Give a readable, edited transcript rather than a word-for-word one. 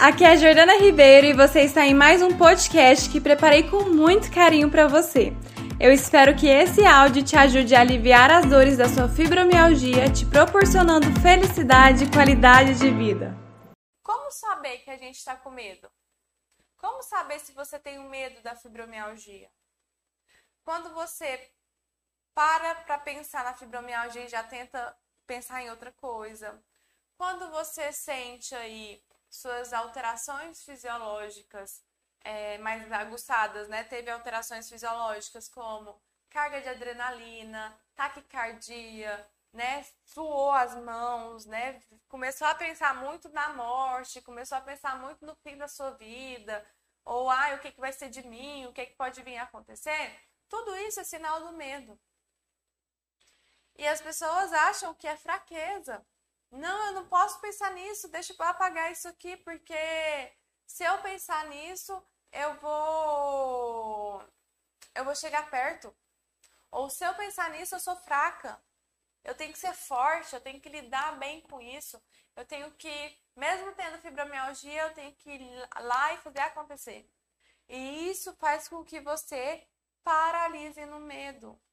aqui é a Jordana Ribeiro e você está em mais um podcast que preparei com muito carinho para você. Eu espero que esse áudio te ajude a aliviar as dores da sua fibromialgia, te proporcionando felicidade e qualidade de vida. Como saber que a gente está com medo? Como saber se você tem medo da fibromialgia? Quando você para pensar na fibromialgia e já tenta pensar em outra coisa. Quando você sente aí suas alterações fisiológicas mais aguçadas, né? Teve alterações fisiológicas como carga de adrenalina, taquicardia, né? Suou as mãos, né? Começou a pensar muito na morte, começou a pensar muito no fim da sua vida, ou o que vai ser de mim, o que pode vir a acontecer. Tudo isso é sinal do medo. E as pessoas acham que é fraqueza. Não, eu não posso pensar nisso, deixa eu apagar isso aqui, porque se eu pensar nisso, eu vou chegar perto. Ou se eu pensar nisso, eu sou fraca. Eu tenho que ser forte, eu tenho que lidar bem com isso. Eu tenho que, mesmo tendo fibromialgia, eu tenho que ir lá e fazer acontecer. E isso faz com que você paralise no medo.